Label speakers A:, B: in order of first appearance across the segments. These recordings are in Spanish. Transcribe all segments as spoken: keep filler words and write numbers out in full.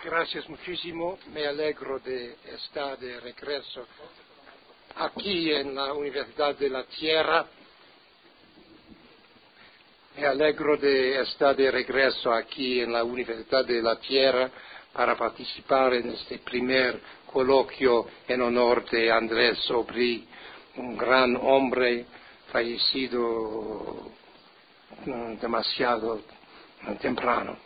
A: Gracias muchísimo. Me alegro de estar de regreso aquí en la Universidad de la Tierra. Me alegro de estar de regreso aquí en la Universidad de la Tierra para participar en este primer coloquio en honor de Andrés Aubry, un gran hombre fallecido demasiado temprano.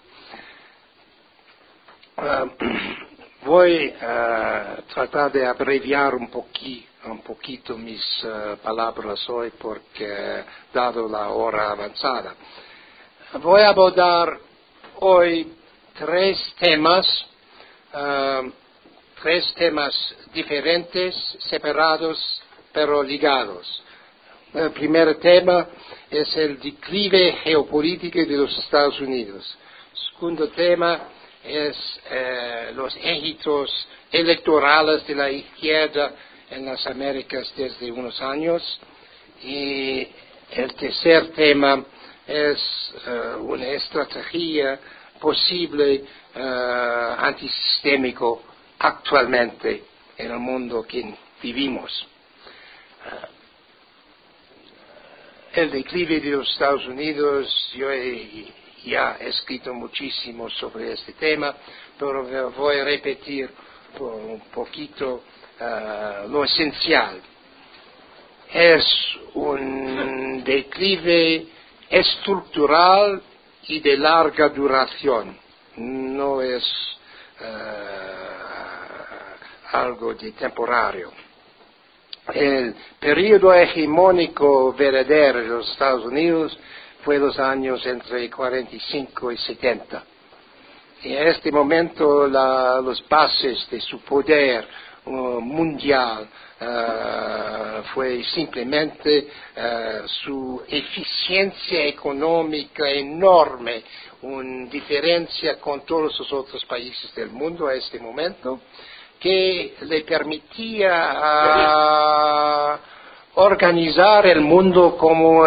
A: Uh, voy a tratar de abreviar un, poqui, un poquito mis uh, palabras hoy porque, dado la hora avanzada, voy a abordar hoy tres temas, uh, tres temas diferentes, separados pero ligados. El primer tema es el declive geopolítico de los Estados Unidos. El segundo tema es eh, los éxitos electorales de la izquierda en las Américas desde unos años. Y el tercer tema es eh, una estrategia posible eh, antisistémico actualmente en el mundo que vivimos. El declive de los Estados Unidos, yo he ya he escrito muchísimo sobre este tema, pero voy a repetir un poquito uh, lo esencial. Es un declive estructural y de larga duración, no es uh, algo de temporario. El periodo hegemónico verdadero de los Estados Unidos fue los años entre cuarenta y cinco y setenta. Y en este momento la, los bases de su poder uh, mundial uh, fue simplemente uh, su eficiencia económica enorme, una diferencia con todos los otros países del mundo a este momento, que le permitía uh, organizar el mundo como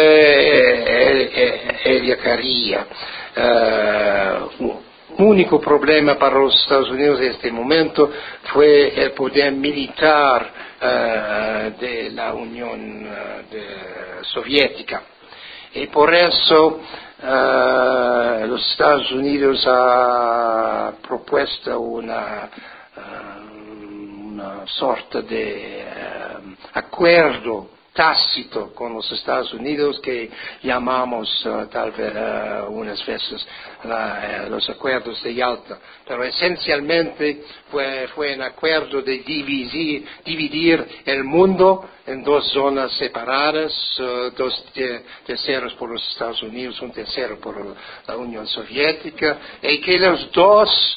A: eh, ella quería. Uh, único problema para los Estados Unidos en este momento fue el poder militar uh, de la Unión uh, de, Soviética. Y por eso uh, los Estados Unidos ha propuesto una uh, una sorta de uh, acuerdo tácito con los Estados Unidos que llamamos uh, tal vez uh, unas veces uh, los acuerdos de Yalta, pero esencialmente fue, fue un acuerdo de dividir, dividir el mundo en dos zonas separadas, uh, dos te, terceros por los Estados Unidos, un tercero por la Unión Soviética, y que los dos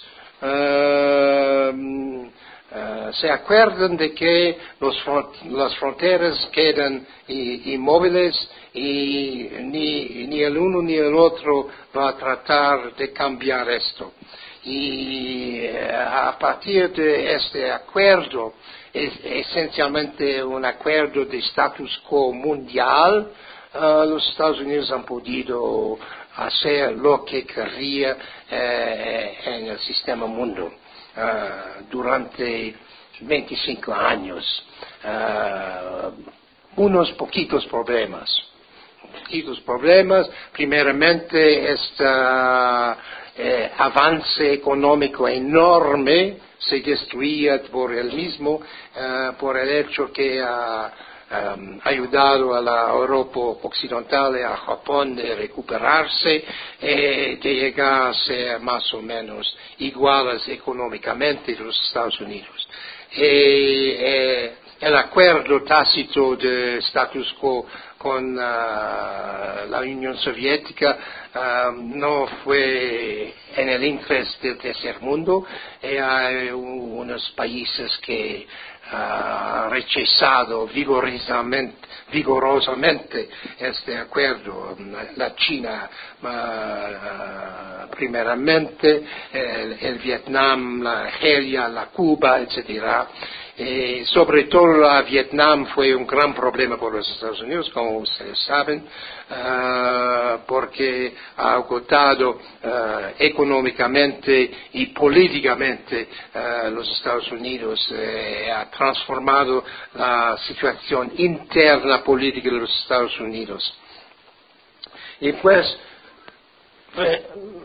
A: uh, Uh, se acuerdan de que los front, las fronteras quedan i, inmóviles y ni, ni el uno ni el otro va a tratar de cambiar esto. Y uh, a partir de este acuerdo, es esencialmente un acuerdo de status quo mundial, uh, los Estados Unidos han podido hacer lo que quería eh, en el sistema mundo. Uh, durante veinticinco años, uh, unos poquitos problemas, poquitos problemas, primeramente este eh, avance económico enorme se destruía por él mismo, uh, por el hecho que ha um, ayudado a la Europa occidental y a Japón de recuperarse, eh, de llegar a ser más o menos iguales económicamente de los Estados Unidos. Eh, eh, el acuerdo tácito de status quo con uh, la Unión Soviética uh, no fue en el interés del tercer mundo, y hay unos países que ha uh, rechazado vigorosamente, vigorosamente este acuerdo. La China uh, primeramente, el, el Vietnam, la Argelia, la Cuba, etcétera. Eh, sobre todo a Vietnam fue un gran problema por los Estados Unidos, como ustedes saben, uh, porque ha agotado uh, económicamente y políticamente uh, los Estados Unidos, eh, ha transformado la situación interna política de los Estados Unidos. Y pues, eh,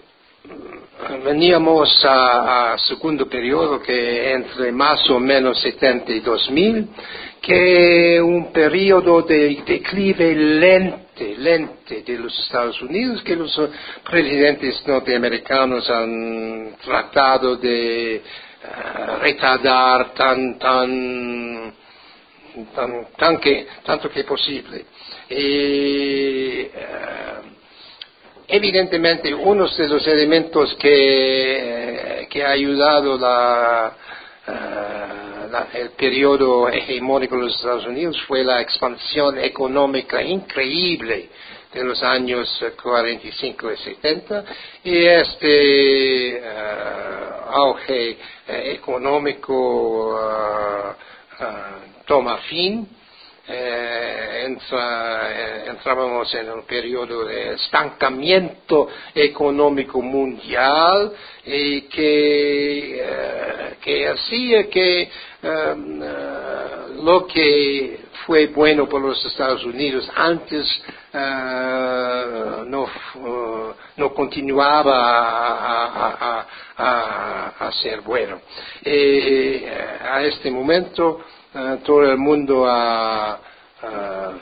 A: veníamos a, a segundo periodo, que entre más o menos setenta y dos mil, que un periodo de declive lente, lente de los Estados Unidos, que los presidentes norteamericanos han tratado de uh, retardar tan, tan, tan, tan que, tanto que posible. Y, uh, Evidentemente, uno de los elementos que, que ha ayudado la, uh, la, el periodo hegemónico de los Estados Unidos fue la expansión económica increíble de los años cuarenta y cinco y setenta, y este uh, auge uh, económico uh, uh, toma fin. Eh, entra, eh, entrábamos en un periodo de estancamiento económico mundial y que, eh, que hacía que eh, lo que fue bueno por los Estados Unidos antes eh, no, uh, no continuaba a, a, a, a ser bueno. Y a este momento Uh, todo el mundo ha uh, uh,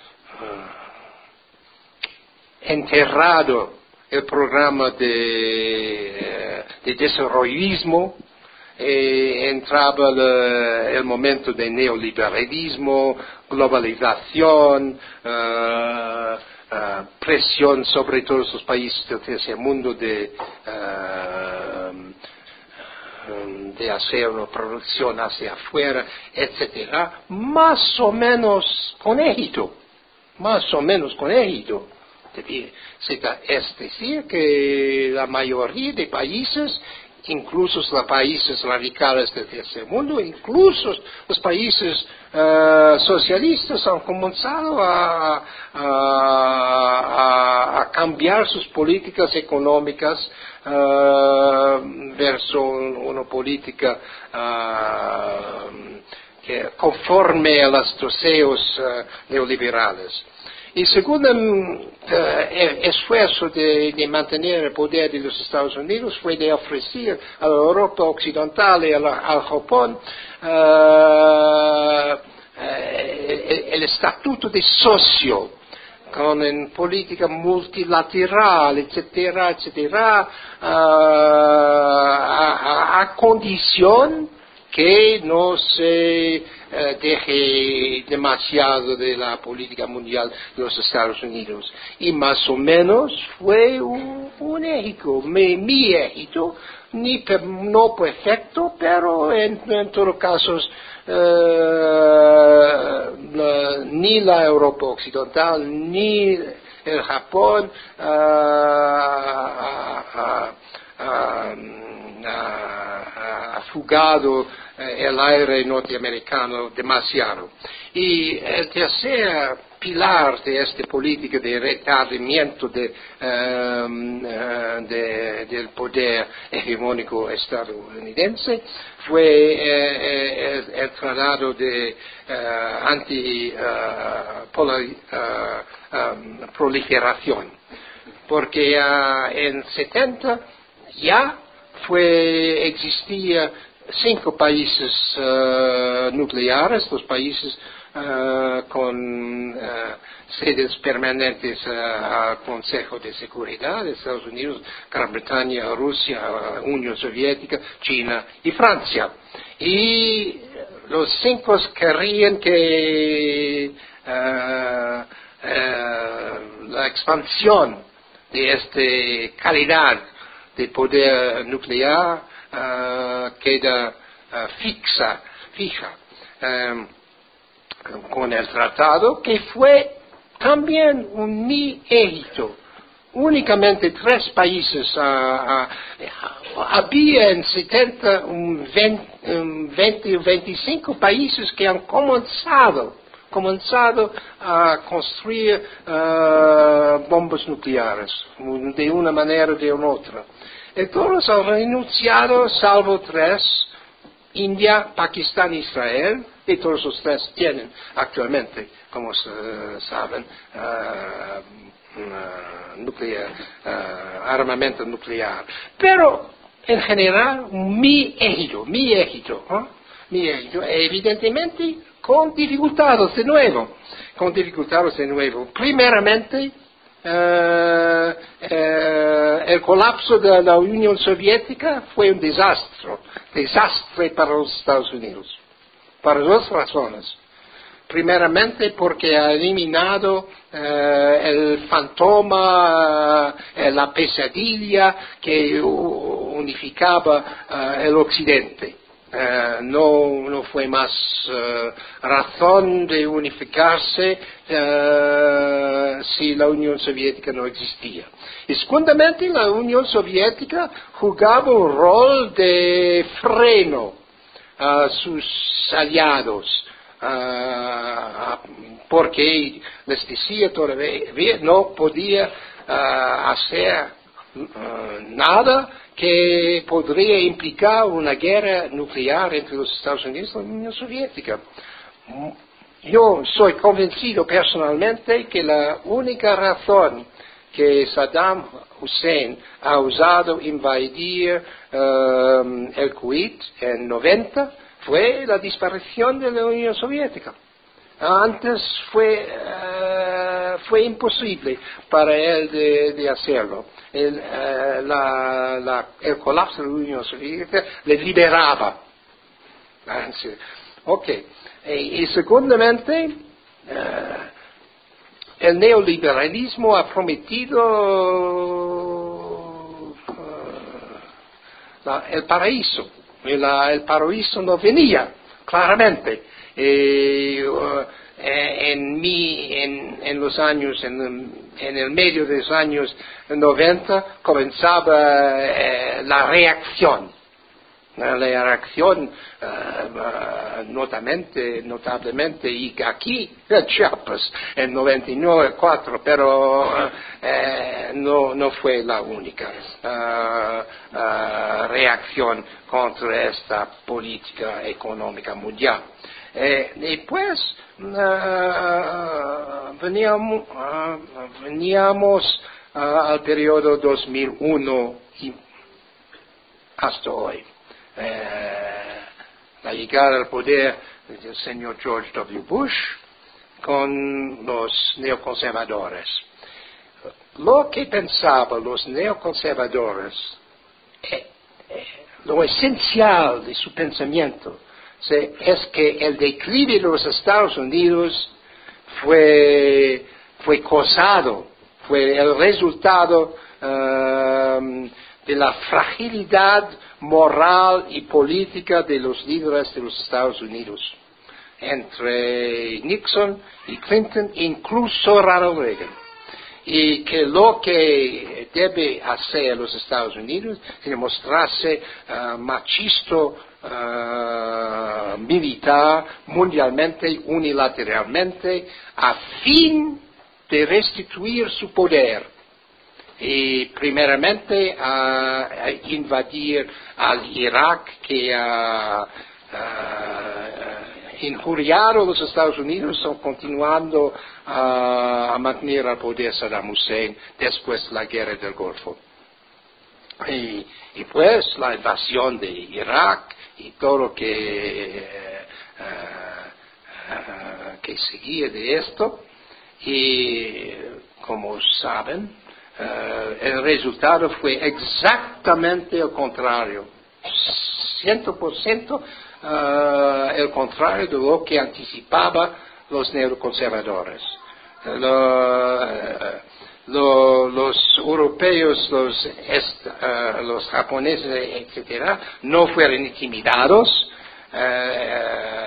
A: enterrado el programa de, de desarrollismo, eh, entraba el, el momento de neoliberalismo, globalización, uh, uh, presión sobre todos los países del tercer mundo de uh, de hacer una producción hacia afuera, etcétera, más o menos con éxito, más o menos con éxito. Es decir, que la mayoría de países, incluso los países radicales del tercer mundo, incluso los países uh, socialistas han comenzado a, a, a, a cambiar sus políticas económicas uh, versus una política uh, que conforme a los deseos uh, neoliberales. Y segundo eh, esfuerzo de, de mantener el poder de los Estados Unidos fue de ofrecer a la Europa occidental y a la, al Japón uh, el, el estatuto de socio, con una política multilateral, etcétera, etcétera, uh, a, a, a condición que no se eh, deje demasiado de la política mundial de los Estados Unidos. Y más o menos fue un, un éxito, mi, mi éxito, ni per, no perfecto, pero en, en todos casos eh, la, ni la Europa occidental, ni el Japón uh, uh, uh, ha fugado eh, el aire norteamericano demasiado. Y el tercer pilar de esta política de retardamiento de, um, uh, de, del poder hegemónico estadounidense fue eh, el, el tratado de uh, anti-proliferación, uh, um, porque uh, en setenta ya fue, existía cinco países uh, nucleares, los países uh, con uh, sedes permanentes uh, al Consejo de Seguridad de Estados Unidos, Gran Bretaña, Rusia, uh, Unión Soviética, China y Francia. Y los cinco querían que uh, uh, la expansión de esta calidad de poder nuclear uh, queda uh, fixa, fija um, con el tratado, que fue también un mi éxito, únicamente tres países, uh, uh, había en setenta un veinte o veinticinco países que han comenzado, comenzado a construir uh, bombas nucleares, de una manera o de otra. Y todos han renunciado, salvo tres, India, Pakistán e Israel, y todos los tres tienen actualmente, como uh, saben, uh, uh, nuclear, uh, armamento nuclear. Pero, en general, mi éxito, mi éxito, ¿eh? mi éxito, evidentemente, con dificultades de nuevo, con dificultades de nuevo. Primeramente, Uh, uh, el colapso de la Unión Soviética fue un desastre, desastre para los Estados Unidos, por dos razones. Primeramente porque ha eliminado uh, el fantoma, uh, la pesadilla que unificaba uh, el Occidente. Uh, no, no fue más uh, razón de unificarse uh, si la Unión Soviética no existía. Y segundamente, la Unión Soviética jugaba un rol de freno a sus aliados, uh, porque les decía todavía no podía uh, hacer uh, nada que podría implicar una guerra nuclear entre los Estados Unidos y la Unión Soviética. Yo soy convencido personalmente que la única razón que Saddam Hussein ha usado invadir uh, el Kuwait en noventa fue la desaparición de la Unión Soviética. Antes fue, uh, fue imposible para él de, de hacerlo. El, uh, la, la, el colapso de la Unión Soviética le liberaba. Ok. Y, y segundamente, uh, el neoliberalismo ha prometido uh, la, el paraíso. Y la, el paraíso no venía, claramente. Eh, uh, en, mi, en, en los años, en, en el medio de los años noventa, comenzaba eh, la reacción. La reacción uh, uh, notamente, notablemente, y aquí en Chiapas, en noventa y nueve cuatro, pero uh, eh, no, no fue la única uh, uh, reacción contra esta política económica mundial. Eh, y pues uh, veníamos, uh, veníamos uh, al periodo dos mil uno y hasta hoy. Eh, la llegada al poder del señor George W. Bush con los neoconservadores. Lo que pensaban los neoconservadores, eh, eh, lo esencial de su pensamiento, es que el declive de los Estados Unidos fue, fue causado, fue el resultado uh, de la fragilidad moral y política de los líderes de los Estados Unidos, entre Nixon y Clinton, incluso Ronald Reagan. Y que lo que debe hacer los Estados Unidos es demostrarse uh, machisto uh, militar mundialmente, unilateralmente, a fin de restituir su poder. Y primeramente a, a invadir al Irak, que ha uh, uh, injuriado a los Estados Unidos, o continuando uh, a mantener al poder Saddam Hussein después de la guerra del Golfo. Y, y pues la invasión de Irak y todo lo que, uh, uh, que seguía de esto, y como saben, Uh, el resultado fue exactamente el contrario, cien por ciento uh, el contrario de lo que anticipaban los neoconservadores. Uh, lo, uh, lo, los europeos, los, est, uh, los japoneses, etcétera, no fueron intimidados. Uh,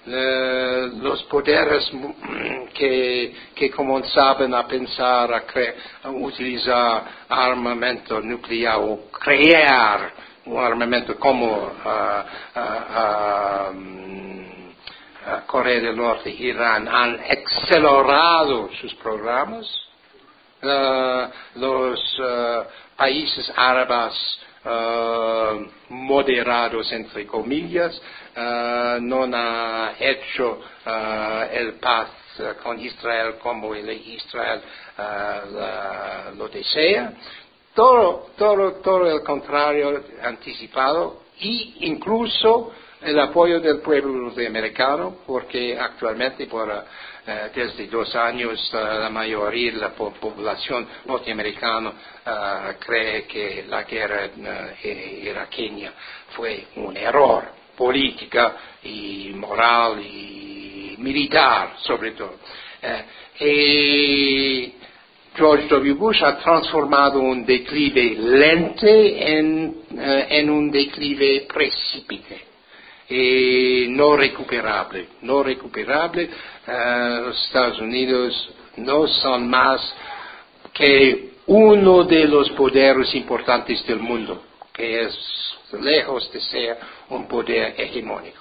A: eh, los poderes que, que comenzaban a pensar a, cre- a utilizar armamento nuclear o crear un armamento como uh, uh, um, uh, Corea del Norte e Irán han acelerado sus programas. Uh, los uh, países árabes uh, moderados, entre comillas, uh, no han hecho uh, el paz uh, con Israel como el Israel uh, la, lo desea. Todo, todo, todo el contrario anticipado, e incluso el apoyo del pueblo norteamericano, porque actualmente por, uh, desde dos años uh, la mayoría de la po- población norteamericana uh, cree que la guerra uh, iraqueña fue un error política y moral y militar sobre todo. Uh, y George W. Bush ha transformado un declive lento en, uh, en un declive precipite. Y no recuperable, no recuperable. Uh, los Estados Unidos no son más que uno de los poderes importantes del mundo, que es lejos de ser un poder hegemónico.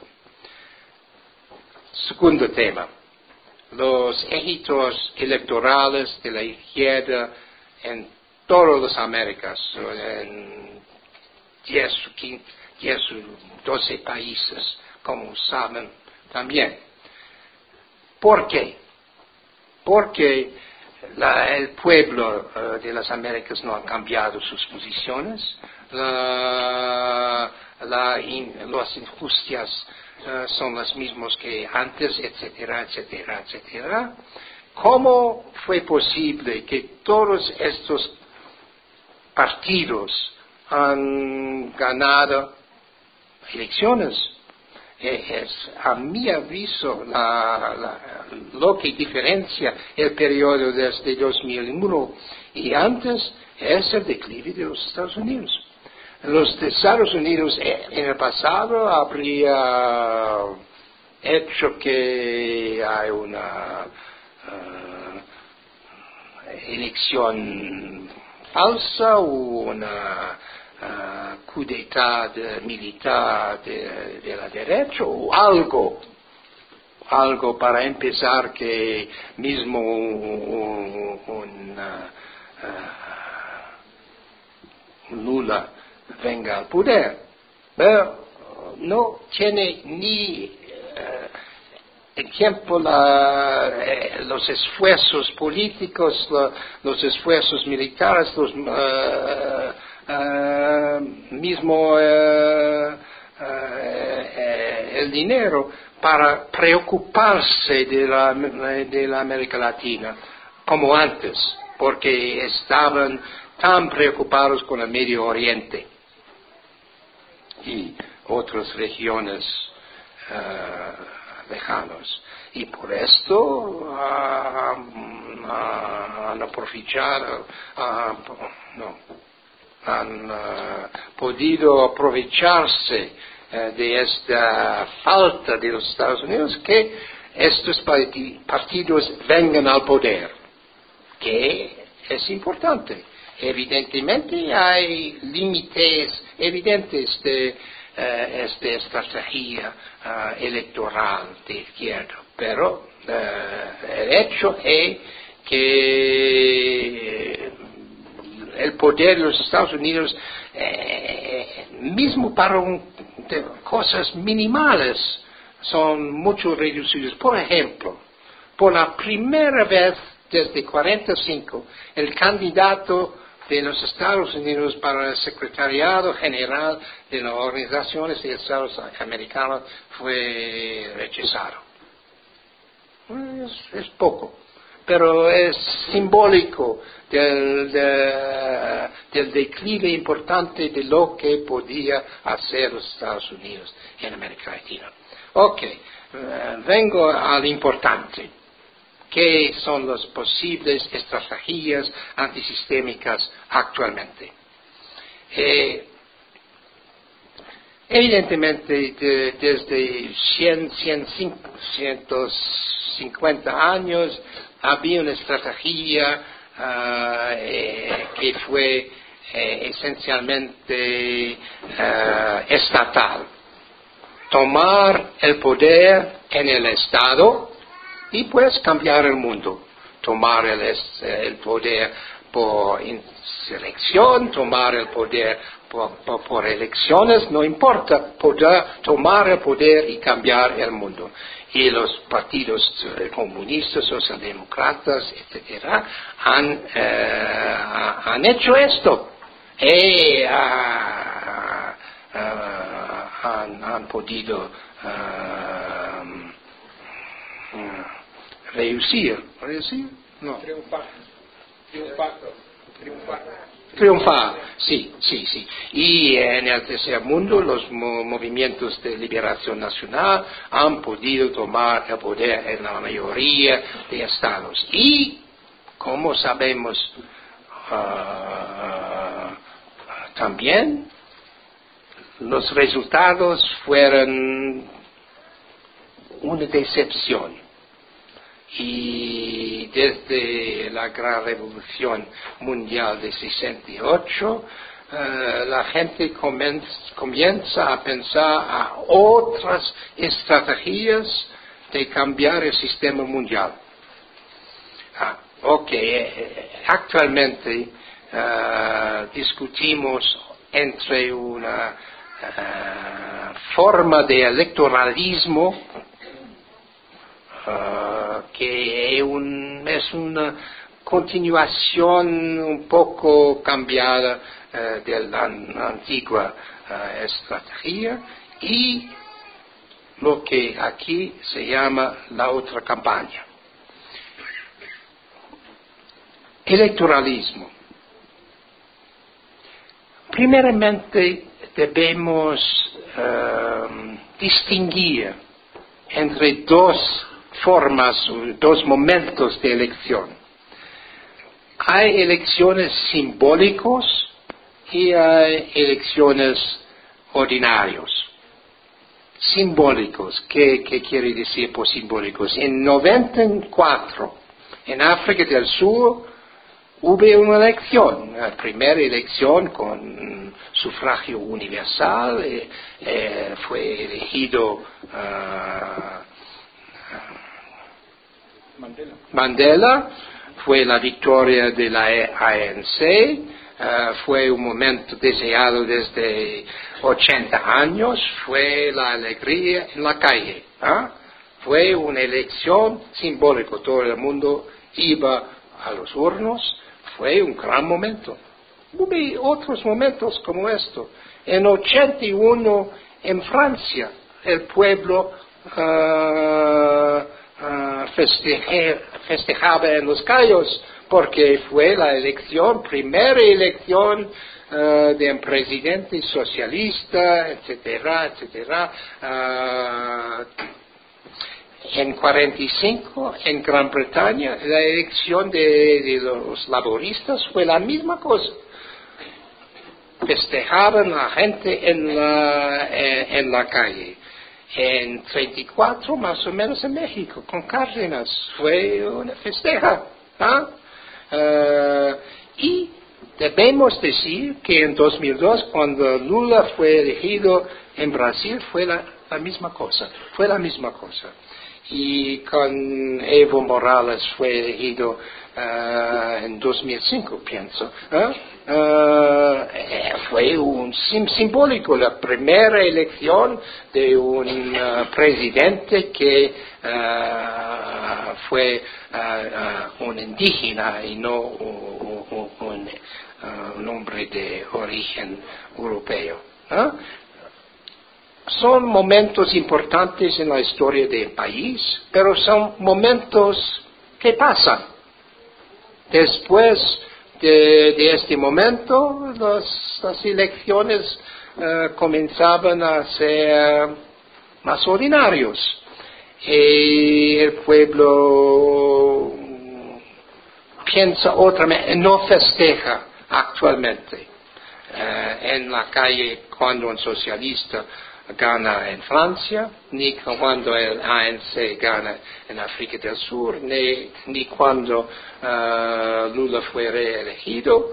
A: Segundo tema, los éxitos electorales de la izquierda en todas las Américas, en diez o quince, diez o doce países, como saben también. ¿Por qué? Porque la, el pueblo uh, de las Américas no ha cambiado sus posiciones, la, la in, las injusticias uh, son las mismas que antes, etcétera, etcétera, etcétera. ¿Cómo fue posible que todos estos partidos han ganado elecciones? Es, a mi aviso, la, la, lo que diferencia el periodo desde dos mil uno y antes es el declive de los Estados Unidos. Los Estados Unidos en el pasado habría hecho que hay una uh, elección falsa o una Uh, coup d'état de, militar de, de la derecha o algo, algo para empezar que mismo un, un, uh, uh, Lula venga al poder. Pero no tiene ni uh, el tiempo, la, eh, los esfuerzos políticos, la, los esfuerzos militares, los uh, Uh, mismo uh, uh, uh, el dinero para preocuparse de la, de la América Latina como antes, porque estaban tan preocupados con el Medio Oriente y otras regiones uh, lejanas. Y por esto uh, uh, han aprovechado, uh, no, han uh, podido aprovecharse uh, de esta falta de los Estados Unidos que estos partidos vengan al poder, que es importante. Evidentemente hay límites evidentes de uh, esta estrategia uh, electoral de izquierda, pero uh, el hecho es que el poder de los Estados Unidos, eh, mismo para un, de cosas minimales, son mucho reducidos. Por ejemplo, por la primera vez desde cuarenta y cinco, el candidato de los Estados Unidos para el Secretariado General de las Organizaciones de Estados Americanos fue rechazado. Es, es poco, pero es simbólico del, de, del declive importante de lo que podía hacer los Estados Unidos en América Latina. Ok, uh, vengo al importante. ¿Qué son las posibles estrategias antisistémicas actualmente? Eh, Evidentemente, de, desde cien, ciento cincuenta años había una estrategia uh, eh, que fue eh, esencialmente uh, estatal. Tomar el poder en el Estado y pues cambiar el mundo. Tomar el, el poder por insurrección, tomar el poder por, por, por elecciones, no importa, poder tomar el poder y cambiar el mundo. Y los partidos comunistas, socialdemócratas, etcétera, han, eh, han hecho esto. Y, uh, uh, han, han podido uh, uh, reducir, reducir, no.
B: Triunfar. Triunfar. Triunfar.
A: Triunfar, sí, sí, sí. Y en el tercer mundo los mo- movimientos de liberación nacional han podido tomar el poder en la mayoría de estados. Y, como sabemos uh, también, los resultados fueron una decepción. Y desde la Gran Revolución Mundial de sesenta y ocho, uh, la gente comienza, comienza a pensar a otras estrategias de cambiar el sistema mundial. Ah, ok, actualmente uh, discutimos entre una uh, forma de electoralismo Uh, que es, un, es una continuación un poco cambiada uh, de la antigua uh, estrategia y lo que aquí se llama la otra campaña. Electoralismo. Primeramente debemos uh, distinguir entre dos formas, dos momentos de elección. Hay elecciones simbólicos y hay elecciones ordinarios. Simbólicos, ¿qué, qué quiere decir por simbólicos? En noventa y cuatro, en África del Sur, hubo una elección, la primera elección con sufragio universal, eh, eh, fue elegido uh,
B: Mandela.
A: Mandela, fue la victoria de la A N C, uh, fue un momento deseado desde ochenta años, fue la alegría en la calle, ¿eh? Fue una elección simbólica, todo el mundo iba a los hornos, fue un gran momento. Hubo otros momentos como esto. En ochenta y uno, en Francia, el pueblo uh, uh, festeje, festejaba en los calles porque fue la elección, primera elección uh, de un presidente socialista, etcétera, etcétera. Uh, En cuarenta y cinco, en Gran Bretaña, la elección de, de los laboristas fue la misma cosa. Festejaban la gente en la, en, en la calle. En treinta y cuatro, más o menos en México, con Cárdenas, fue una festeja. ¿Ah? Uh, y debemos decir que en dos mil dos, cuando Lula fue elegido en Brasil, fue la, la misma cosa. Fue la misma cosa. Y con Evo Morales fue elegido uh, en dos mil cinco, pienso. ¿eh? Uh, fue un sim simbólico, la primera elección de un uh, presidente que uh, fue uh, uh, un indígena y no uh, uh, un, uh, un hombre de origen europeo. ¿eh? Son momentos importantes en la historia del país, pero son momentos que pasan. Después de, de este momento, las, las elecciones uh, comenzaban a ser más ordinarios. Y el pueblo piensa otra vez, no festeja actualmente. Uh, en la calle cuando un socialista gana en Francia, ni cuando el A N C gana en África del Sur, ni, ni cuando uh, Lula fue reelegido,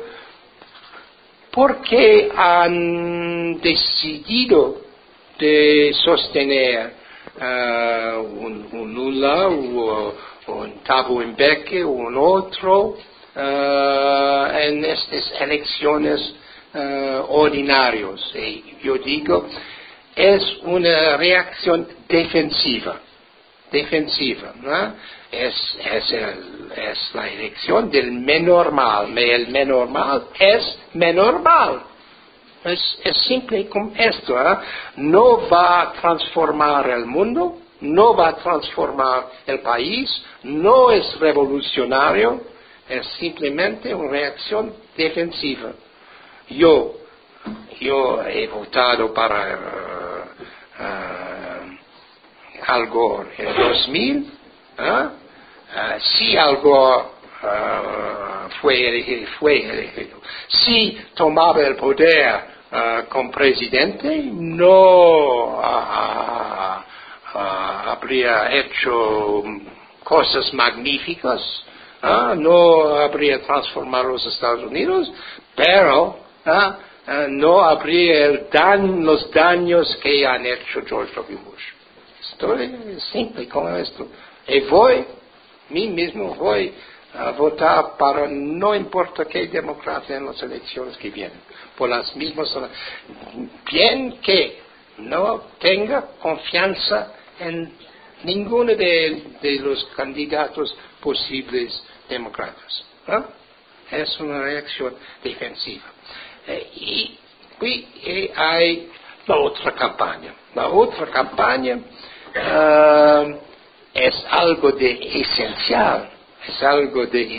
A: porque han decidido de sostener uh, un, un Lula o un Thabo Mbeki o un otro uh, en estas elecciones uh, ordinarias. Y yo digo, es una reacción defensiva, defensiva, ¿no? Es, es, el, es la elección del menor mal, el menor mal es menor mal. Es, es simple como esto, ¿eh? No va a transformar el mundo, no va a transformar el país, no es revolucionario, es simplemente una reacción defensiva. Yo, yo he votado para uh, uh, Al Gore en dos mil, ¿eh? uh, si Al Gore uh, fue elegido, fue elegido, si tomaba el poder Uh, como presidente, no uh, uh, uh, habría hecho cosas magníficas, uh, no habría transformado los Estados Unidos, pero uh, uh, no habría el dan los daños que han hecho George W. Bush. Estoy simple con esto. Y voy, mí mismo voy a votar para no importa qué democracia en las elecciones que vienen, por las mismas zonas. Bien que no tenga confianza en ninguno de, de los candidatos posibles demócratas, ¿no? Es una reacción defensiva. Eh, y, y, y hay la otra campaña. La otra campaña uh, es algo de esencial. Es algo de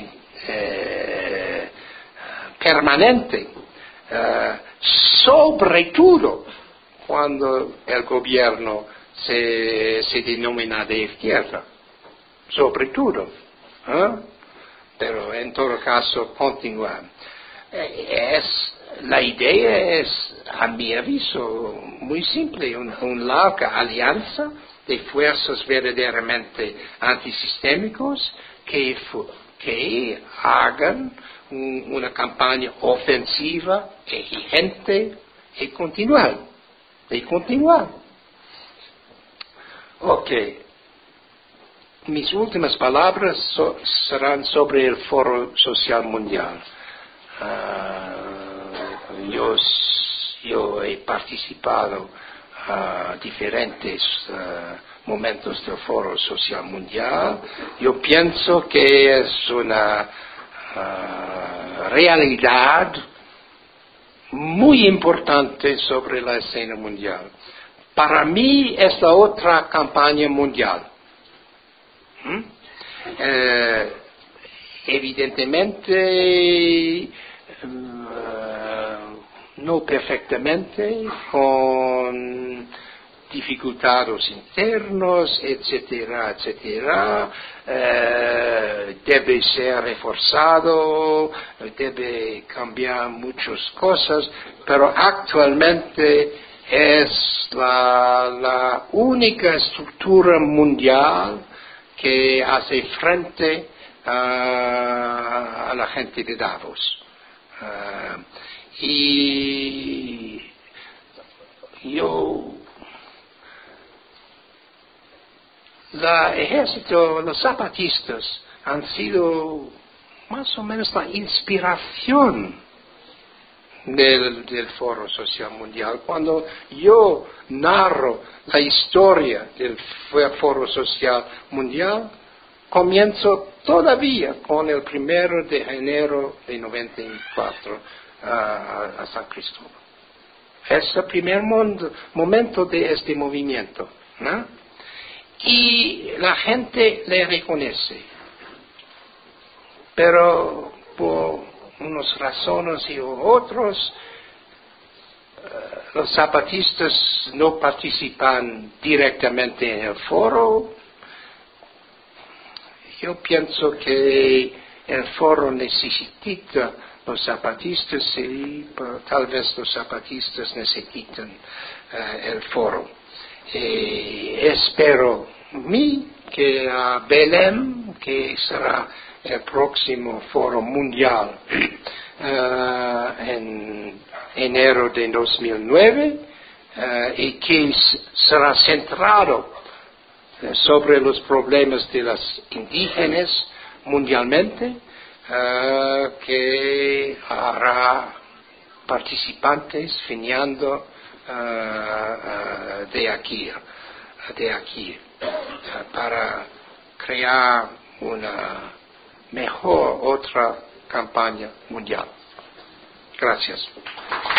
A: eh, permanente, uh, sobre todo cuando el gobierno se, se denomina de izquierda, sobre todo, ¿eh? Pero en todo caso continuar. Eh, es, la idea es, a mi aviso, muy simple, una, una larga alianza de fuerzas verdaderamente antisistémicos que, que hagan un, una campaña ofensiva, exigente y continuar. Y continuar. Ok. Mis últimas palabras so, serán sobre el Foro Social Mundial. Uh, yo, yo he participado a diferentes uh, momentos del Foro Social Mundial. Yo pienso que es una uh, realidad muy importante sobre la escena mundial. Para mí es la otra campaña mundial. ¿Mm? Eh, evidentemente, uh, no perfectamente, con dificultades internos, etcétera, etcétera, eh, debe ser reforzado, debe cambiar muchas cosas, pero actualmente es la, la única estructura mundial que hace frente a, a la gente de Davos. Uh, y yo, el ejército, los zapatistas han sido más o menos la inspiración del, del Foro Social Mundial. Cuando yo narro la historia del Foro Social Mundial, comienzo todavía con el primero de enero de noventa y cuatro a, a San Cristóbal. Es el primer mundo, momento de este movimiento, ¿no? Y la gente le reconoce, pero por unas razones y otras, los zapatistas no participan directamente en el foro. Yo pienso que el foro necesita los zapatistas y tal vez los zapatistas necesitan uh, el foro. Y espero mí que a uh, Belém, que será el próximo foro mundial uh, en enero de dos mil nueve, uh, y que será centrado uh, sobre los problemas de los indígenas mundialmente, uh, que hará participantes viniendo uh, uh, de aquí, de aquí uh, para crear una mejor otra campaña mundial. Gracias.